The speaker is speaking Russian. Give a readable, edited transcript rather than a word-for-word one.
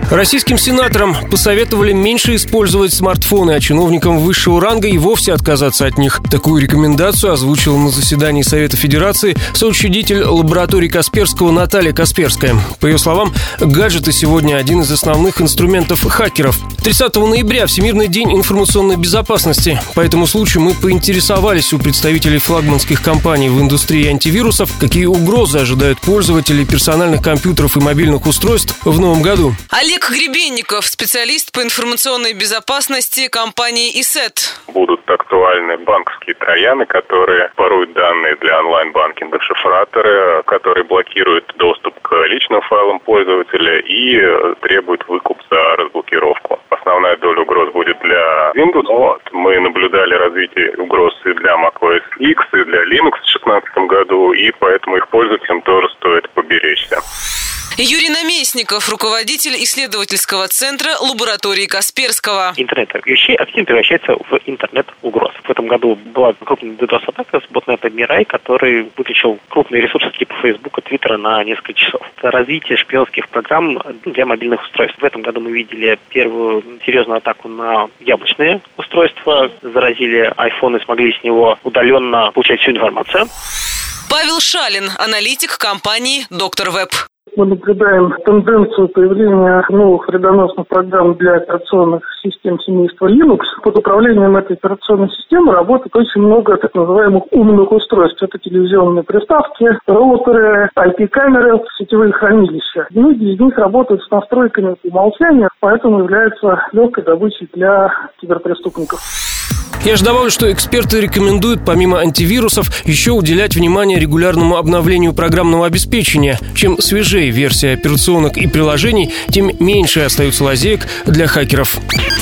Российским сенаторам посоветовали меньше использовать смартфоны, а чиновникам высшего ранга и вовсе отказаться от них. Такую рекомендацию озвучила на заседании Совета Федерации соучредитель лаборатории Касперского Наталья Касперская. По ее словам, гаджеты сегодня один из основных инструментов хакеров. 30 ноября – Всемирный день информационной безопасности. По этому случаю мы поинтересовались у представителей флагманских компаний в индустрии антивирусов, какие угрозы ожидают пользователей персональных компьютеров и мобильных устройств в новом году. Олег Гребенников, специалист по информационной безопасности компании ИСЭТ. Будут актуальны банковские трояны, которые воруют данные для онлайн-банкинга, шифраторы, которые блокируют доступ к личным файлам пользователя и требуют выкуп за разблокировку. Основная доля угроз будет для Windows. Мы наблюдали развитие угроз и для macOS X, и для Linux в 2016 году, и поэтому их пользователям тоже стоит поберечься. Юрий Наместников, руководитель исследовательского центра лаборатории Касперского. Интернет вещей активно превращается в интернет угроз. В этом году была крупная DDoS-атака с ботнетом Mirai, который выключил крупные ресурсы типа Facebook и Twitter на несколько часов. Это развитие шпионских программ для мобильных устройств. В этом году мы видели первую серьезную атаку на яблочные устройства. Заразили iPhone и смогли с него удаленно получать всю информацию. Павел Шалин, аналитик компании «Доктор Веб». Мы наблюдаем тенденцию появления новых вредоносных программ для операционных систем семейства Linux. Под управлением этой операционной системы работает очень много так называемых умных устройств. Это телевизионные приставки, роутеры, IP-камеры, сетевые хранилища. Многие из них работают с настройками по умолчанию, поэтому являются легкой добычей для киберпреступников. Я же добавлю, что эксперты рекомендуют помимо антивирусов еще уделять внимание регулярному обновлению программного обеспечения. Чем свежее версия операционок и приложений, тем меньше остаются лазеек для хакеров.